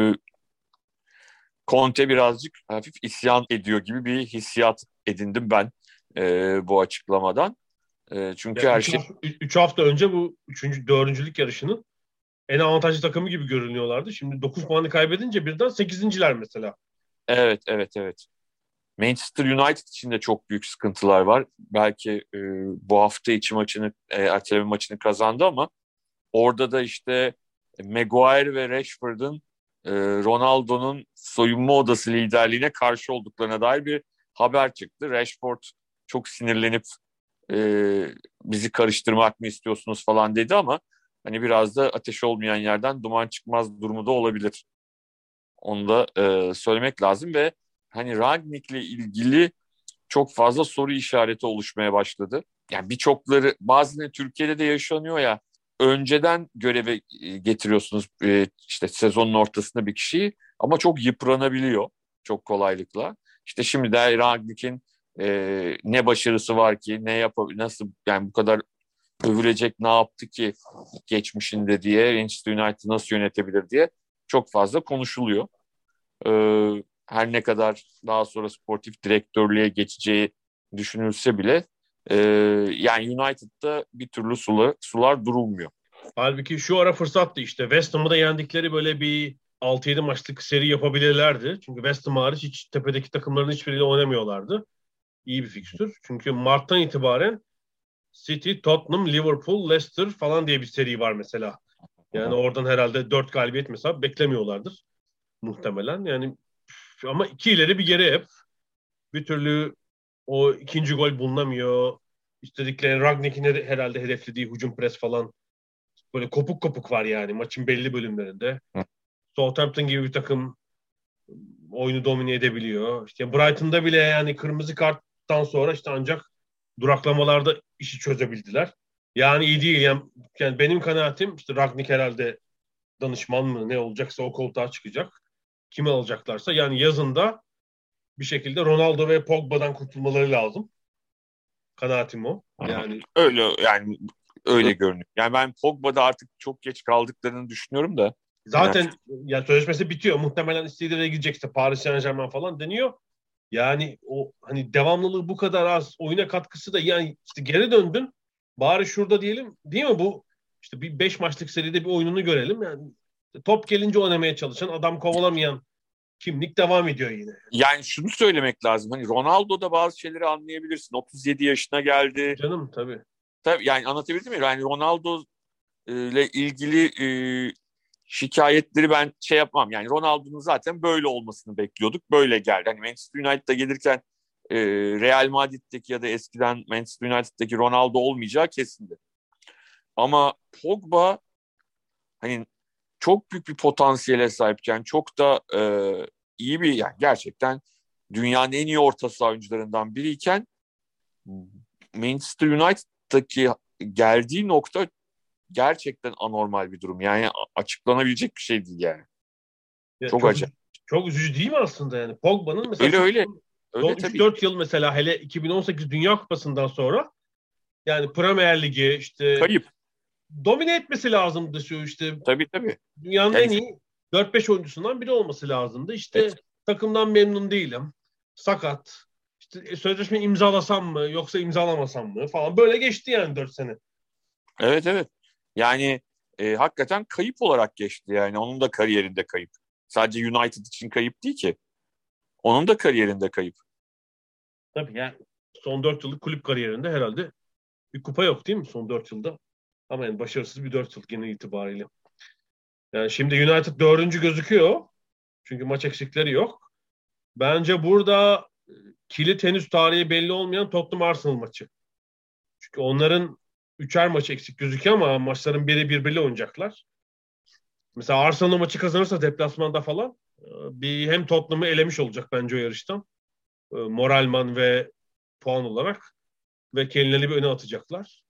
Conte birazcık hafif isyan ediyor gibi bir hissiyat edindim ben bu açıklamadan. Çünkü yani her şey... 3 hafta önce bu 4. yarışının en avantajlı takımı gibi görünüyorlardı. Şimdi 9 puanı kaybedince birden 8.'ler mesela. Evet. Manchester United için de çok büyük sıkıntılar var. Belki bu hafta içi erteleme maçını kazandı ama orada da işte Maguire ve Rashford'un Ronaldo'nun soyunma odası liderliğine karşı olduklarına dair bir haber çıktı. Rashford çok sinirlenip bizi karıştırmak mı istiyorsunuz falan dedi ama hani biraz da ateş olmayan yerden duman çıkmaz durumu da olabilir. Onu da söylemek lazım ve hani Rangnick'le ilgili çok fazla soru işareti oluşmaya başladı. Yani birçokları bazen Türkiye'de de yaşanıyor ya, önceden göreve getiriyorsunuz işte sezonun ortasında bir kişiyi ama çok yıpranabiliyor çok kolaylıkla. İşte şimdi de Rangnick'in ne başarısı var ki, nasıl yani bu kadar övülecek ne yaptı ki geçmişinde diye, Manchester United nasıl yönetebilir diye çok fazla konuşuluyor. Her ne kadar daha sonra sportif direktörlüğe geçeceği düşünülse bile yani United'da bir türlü sular durulmuyor. Halbuki şu ara fırsattı işte. West Ham'ı da yendikleri böyle bir 6-7 maçlık seri yapabilirlerdi. Çünkü West Ham hariç hiç tepedeki takımların hiçbiriyle oynamıyorlardı. İyi bir fikstür. Çünkü Mart'tan itibaren City, Tottenham, Liverpool, Leicester falan diye bir seri var mesela. Yani oradan herhalde 4 galibiyet mesela beklemiyorlardır muhtemelen. Yani ama 2 ileri bir geri hep. Bir türlü o ikinci gol bulunamıyor. İstedikleri Rangnick'in herhalde hedeflediği hücum pres falan böyle kopuk kopuk var yani maçın belli bölümlerinde. Southampton gibi bir takım oyunu domine edebiliyor. İşte Brighton'da bile yani kırmızı karttan sonra işte ancak duraklamalarda işi çözebildiler. Yani iyi değil. Yani benim kanaatim işte Rangnick herhalde danışman mı ne olacaksa o koltuğa çıkacak. Kimi alacaklarsa yani yazında bir şekilde Ronaldo ve Pogba'dan kurtulmaları lazım. Kanaatim o. Yani öyle görünüyor. Yani ben Pogba'da artık çok geç kaldıklarını düşünüyorum da. Zaten yani sözleşmesi bitiyor. Muhtemelen istediğine gidecek işte Paris Saint-Germain falan deniyor. Yani o hani devamlılığı bu kadar az, oyuna katkısı da yani işte geri döndün. Bari şurada diyelim değil mi bu işte bir 5 maçlık seride bir oyununu görelim. Yani top gelince oynamaya çalışan, adam kovalamayan kimlik devam ediyor yine. Yani şunu söylemek lazım. Hani Ronaldo'da bazı şeyleri anlayabilirsin. 37 yaşına geldi. Canım tabii. Tabii yani anlatabildim mi? Yani Ronaldo ile ilgili şikayetleri ben şey yapmam. Yani Ronaldo'nun zaten böyle olmasını bekliyorduk. Böyle geldi. Hani Manchester United'a gelirken Real Madrid'deki ya da eskiden Manchester United'daki Ronaldo olmayacağı kesindi. Ama Pogba hani çok büyük bir potansiyele sahipken çok da iyi bir yani gerçekten dünyanın en iyi orta saha oyuncularından biriyken Manchester United'daki geldiği nokta gerçekten anormal bir durum. Yani açıklanabilecek bir şey değil yani. Ya Çok acayip. çok üzücü değil mi aslında yani? Pogba'nın mesela Öyle. son Tabii. 3-4 yıl mesela hele 2018 Dünya Kupası'ndan sonra yani Premier Ligi işte Kayıp. domine etmesi lazımdı şu işte Tabii. dünyanın Yani, en iyi 4-5 oyuncusundan biri olması lazımdı. İşte evet. takımdan memnun değilim. Sakat. İşte sözleşme imzalasam mı yoksa imzalamasam mı falan. Böyle geçti yani 4 sene. Evet. Yani hakikaten kayıp olarak geçti yani. Onun da kariyerinde kayıp. Sadece United için kayıp değil ki. Onun da kariyerinde kayıp. Tabii yani son 4 yıllık kulüp kariyerinde herhalde bir kupa yok değil mi son 4 yılda? Ama yani başarısız bir 4 yıl genel itibariyle. Yani şimdi United dördüncü gözüküyor. Çünkü maç eksikleri yok. Bence burada kilit henüz tarihi belli olmayan Tottenham Arsenal maçı. Çünkü onların üçer maç eksik gözüküyor ama maçların biri birbiriyle oynayacaklar. Mesela Arsenal maçı kazanırsa deplasmanda falan bir hem Tottenham'ı elemiş olacak bence o yarıştan. Moralman ve puan olarak ve kendilerini bir öne atacaklar.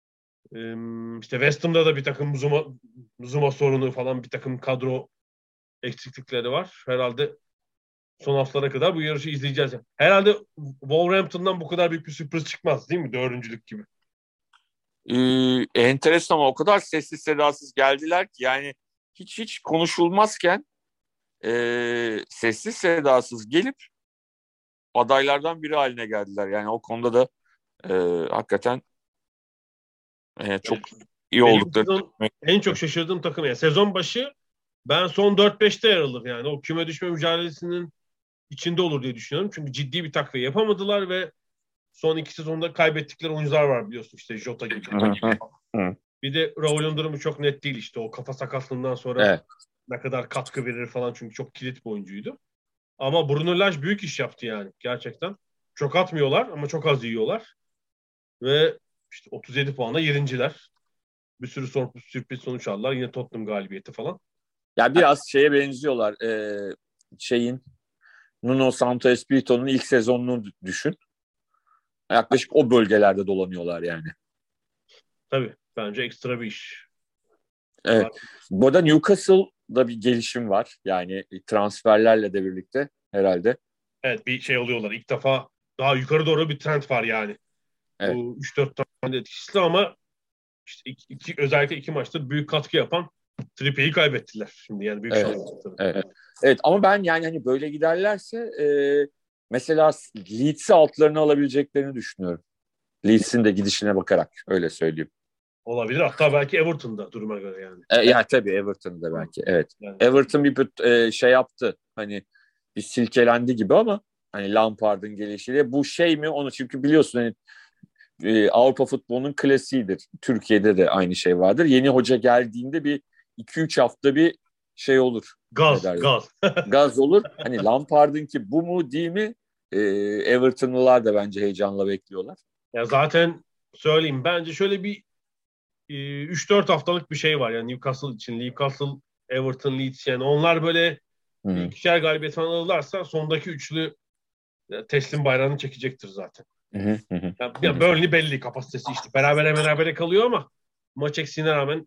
İşte West Ham'da da bir takım Zuma sorunu falan bir takım kadro eksiklikleri var. Herhalde son haftalara kadar bu yarışı izleyeceğiz. Herhalde Wolverhampton'dan bu kadar büyük bir sürpriz çıkmaz değil mi? Dördüncülük gibi. Enteresan ama o kadar sessiz sedasız geldiler ki yani hiç konuşulmazken sessiz sedasız gelip adaylardan biri haline geldiler. Yani o konuda da hakikaten çok iyi Benim oldukları. en çok şaşırdığım takım yani sezon başı ben son 4-5'te yer alır yani o küme düşme mücadelesinin içinde olur diye düşünüyorum. Çünkü ciddi bir takviye yapamadılar ve son 2 sezonda kaybettikleri oyuncular var biliyorsun işte Jota gibi. Bir de Raul'un durumu çok net değil işte o kafa sakatlığından sonra ne kadar katkı verir falan çünkü çok kilit bir oyuncuydu. Ama Bruno Lage büyük iş yaptı yani gerçekten. Çok atmıyorlar ama çok az yiyorlar. Ve işte 37 puanla yedinciler. Bir sürü sürpriz sonuç aldılar. Yine Tottenham galibiyeti falan. Ya biraz şeye benziyorlar. Nuno Santo Espirito'nun ilk sezonunu düşün. Yaklaşık o bölgelerde dolanıyorlar yani. Tabii. Bence ekstra bir iş. Evet. Bu arada Newcastle'da bir gelişim var. Yani transferlerle de birlikte herhalde. Evet bir şey oluyorlar. İlk defa daha yukarı doğru bir trend var yani. Evet. Bu 3-4 tane etkisi ama işte özellikle 2 maçta büyük katkı yapan Trippier'i kaybettiler. Şimdi yani büyük şans. Evet ama ben yani hani böyle giderlerse mesela Leeds'i altlarına alabileceklerini düşünüyorum. Leeds'in de gidişine bakarak öyle söyleyeyim. Olabilir. Hatta belki Everton'da duruma göre yani. Yani tabii Everton'da belki. Evet. Yani. Everton bir şey yaptı. Hani bir silkelendi gibi ama hani Lampard'ın gelişiyle bu şey mi onu çünkü biliyorsun hani Avrupa futbolunun klasiğidir. Türkiye'de de aynı şey vardır. Yeni hoca geldiğinde bir 2-3 hafta bir şey olur. Gaz. Gaz olur. Hani Lampard'ınki bu mu değil mi? Everton'lılar da bence heyecanla bekliyorlar. Ya zaten söyleyeyim bence şöyle bir 3-4 haftalık bir şey var yani Newcastle için. Newcastle, Everton, Leeds yani onlar böyle ikişer galibiyet falan alırlarsa sondaki üçlü teslim bayrağını çekecektir zaten. Yani Burnley belli kapasitesi işte berabere kalıyor ama maç eksiğine rağmen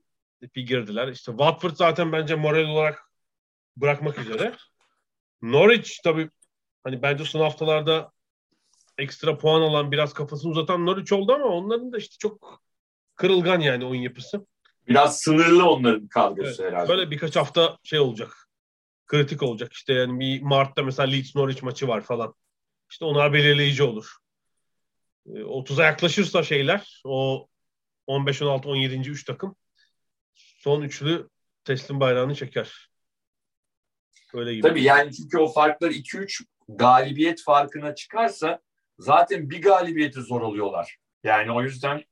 bir girdiler. İşte Watford zaten bence moral olarak bırakmak üzere. Norwich tabii hani bence son haftalarda ekstra puan alan, biraz kafasını uzatan Norwich oldu ama onların da işte çok kırılgan yani oyun yapısı. Biraz sınırlı onların kadrosu Evet. herhalde. Böyle birkaç hafta şey olacak. Kritik olacak. İşte yani bir Mart'ta mesela Leeds Norwich maçı var falan. İşte onlar belirleyici olur. 30'a yaklaşırsa şeyler, o 15, 16, 17. 3 takım son üçlü teslim bayrağını çeker. Öyle gibi. Tabii yani çünkü o farklar 2-3 galibiyet farkına çıkarsa zaten bir galibiyeti zor oluyorlar. Yani o yüzden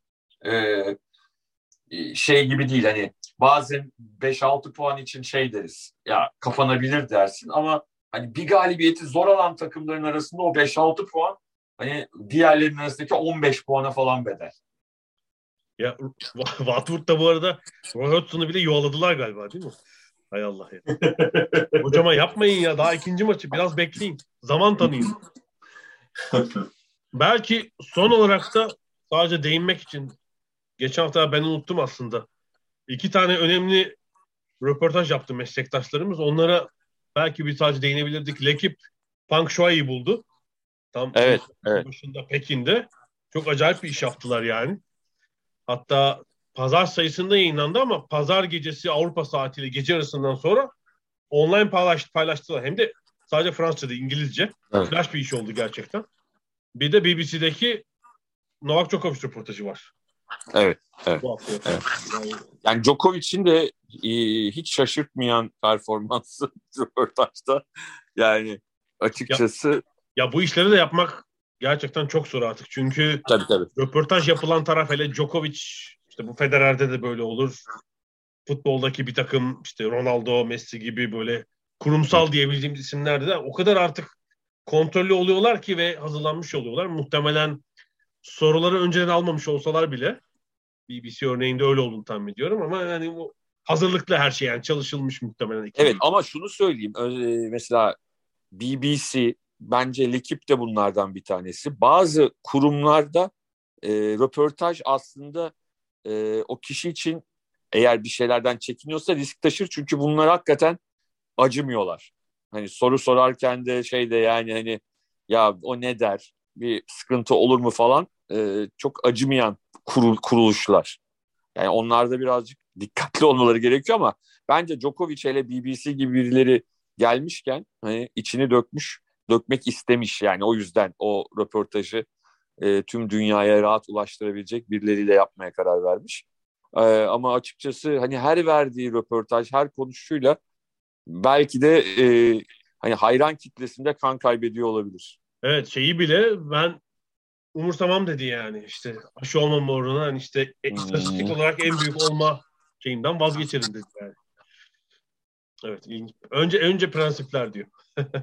şey gibi değil, hani bazen 5-6 puan için şey deriz ya, kapanabilir dersin ama hani bir galibiyeti zor alan takımların arasında o 5-6 puan hani diğerlerinin arasındaki 15 puana falan bedel. Ya Watford'da bu arada Roy Hodgson'u bile yuvaladılar galiba, değil mi? Hay Allah ya. Hocama yapmayın ya. Daha ikinci maçı. Biraz bekleyin. Zaman tanıyın. Belki son olarak da sadece değinmek için, geçen hafta ben unuttum aslında. 2 tane önemli röportaj yaptı meslektaşlarımız. Onlara belki bir sadece değinebilirdik. Lekip Pang Shuai'yi buldu. Tam Evet, evet. başında Pekin'de. Çok acayip bir iş yaptılar yani. Hatta pazar sayısında yayınlandı ama pazar gecesi Avrupa saatiyle gece arasından sonra online paylaştılar. Hem de sadece Fransızca, İngilizce. Evet. Flash bir iş oldu gerçekten. Bir de BBC'deki Novak Djokovic röportajı var. Evet, evet. Bu hafta Evet. Yani Djokovic'in de hiç şaşırtmayan performansı röportajda. Yani açıkçası. Ya bu işleri de yapmak gerçekten çok zor artık. Çünkü Tabii. röportaj yapılan taraf, hele Djokovic, işte bu Federer'de de böyle olur. Futboldaki bir takım işte Ronaldo, Messi gibi böyle kurumsal diyebileceğimiz isimlerde de o kadar artık kontrollü oluyorlar ki ve hazırlanmış oluyorlar. Muhtemelen soruları önceden almamış olsalar bile, BBC örneğinde öyle olduğunu tahmin ediyorum ama yani bu hazırlıklı her şey, yani çalışılmış muhtemelen. Evet ama şunu söyleyeyim. Mesela BBC, bence L'Équipe de bunlardan bir tanesi. Bazı kurumlarda röportaj aslında o kişi için, eğer bir şeylerden çekiniyorsa risk taşır. Çünkü bunlar hakikaten acımıyorlar. Hani soru sorarken de şey de, yani hani ya o ne der, bir sıkıntı olur mu falan, çok acımayan kuruluşlar. Yani onlarda birazcık dikkatli olmaları gerekiyor ama bence Djokovic, hele BBC gibi birileri gelmişken hani içini dökmek istemiş, yani o yüzden o röportajı tüm dünyaya rahat ulaştırabilecek birileriyle yapmaya karar vermiş. Ama açıkçası hani her verdiği röportaj, her konuşuyla belki de hani hayran kitlesinde kan kaybediyor olabilir. Evet, şeyi bile ben umursamam dedi yani, işte aşı olmama oranı, hani işte istatistik olarak en büyük olma şeyinden vazgeçerim dedi yani. Evet, ilginç. Önce prensipler diyor.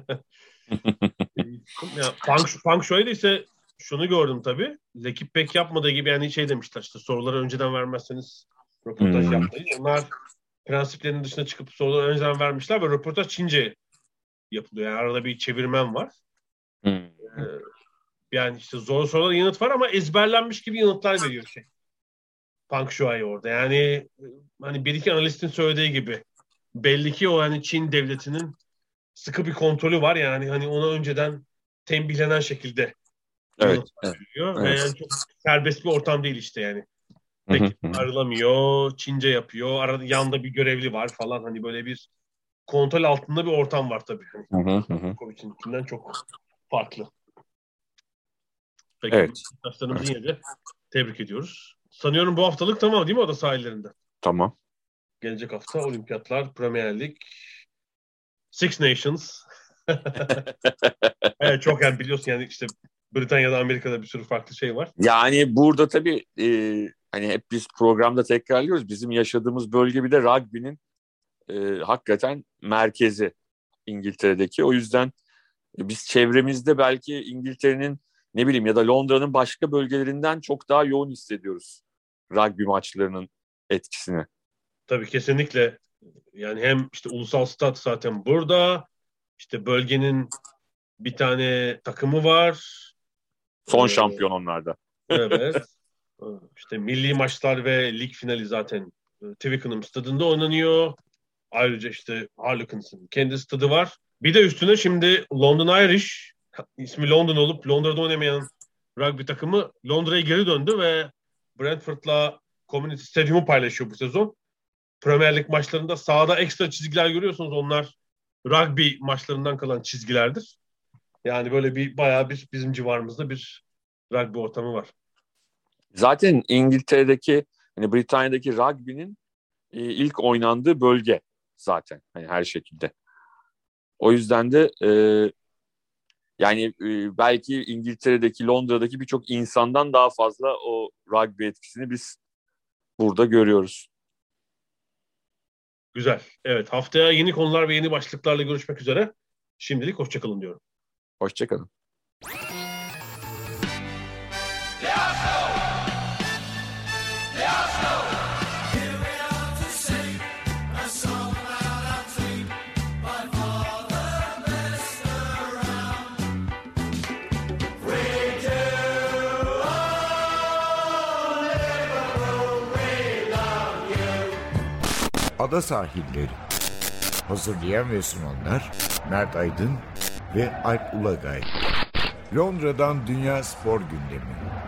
Ya, Fang Shui'de ise şunu gördüm tabii. Lekip pek yapmadığı gibi, yani şey demişler, işte soruları önceden vermezseniz röportaj yapmayın. Onlar prensiplerin dışına çıkıp soruları önceden vermişler ve röportaj Çince yapılıyor. Yani arada bir çevirmen var. Yani işte zor sorulara yanıt var ama ezberlenmiş gibi yanıtlar veriyor şey. Pang Shuai orada. Yani hani bir iki analistin söylediği gibi, belli ki o hani Çin devletinin sıkı bir kontrolü var. Yani hani ona önceden tembihlenen şekilde Evet, yanıt veriyor. Ve evet. yani çok serbest bir ortam değil işte yani. Pek ayrılamıyor, Çince yapıyor. Arada yanında bir görevli var falan. Hani böyle bir kontrol altında bir ortam var tabii. Hani Djokovic'inkinden çok farklı. Peki, Evet. arkadaşlarımızı yine de tebrik ediyoruz. Sanıyorum bu haftalık tamam değil mi, o da sahillerinde? Tamam. Gelecek hafta Olimpiyatlar, Premier Lig, Six Nations. Evet, çok yani biliyorsun yani işte Britanya'da, Amerika'da bir sürü farklı şey var. Yani burada tabii hani hep biz programda tekrarlıyoruz. Bizim yaşadığımız bölge bir de rugby'nin hakikaten merkezi İngiltere'deki. O yüzden biz çevremizde belki İngiltere'nin, ne bileyim, ya da Londra'nın başka bölgelerinden çok daha yoğun hissediyoruz rugby maçlarının etkisini. Tabii kesinlikle. Yani hem işte ulusal stat zaten burada. İşte bölgenin bir tane takımı var. Son Ee, şampiyon onlarda. evet. İşte milli maçlar ve lig finali zaten Twickenham stadında oynanıyor. Ayrıca işte Harlequins'in kendi stadı var. Bir de üstüne şimdi London Irish, ismi London olup Londra'da oynamayan rugby takımı Londra'ya geri döndü ve Brentford'la Community Stadyum'u paylaşıyor bu sezon. Premier Lig maçlarında sahada ekstra çizgiler görüyorsunuz. Onlar rugby maçlarından kalan çizgilerdir. Yani böyle bayağı bizim civarımızda bir rugby ortamı var. Zaten İngiltere'deki, hani Britanya'daki rugby'nin ilk oynandığı bölge zaten hani her şekilde. O yüzden de yani belki İngiltere'deki, Londra'daki birçok insandan daha fazla o rugby etkisini biz burada görüyoruz. Güzel. Evet, haftaya yeni konular ve yeni başlıklarla görüşmek üzere. Şimdilik hoşçakalın diyorum. Hoşçakalın. Ada Sahilleri. Hazırlayan ve sunanlar Mert Aydın ve Alp Ulagay. Londra'dan Dünya Spor Gündemi.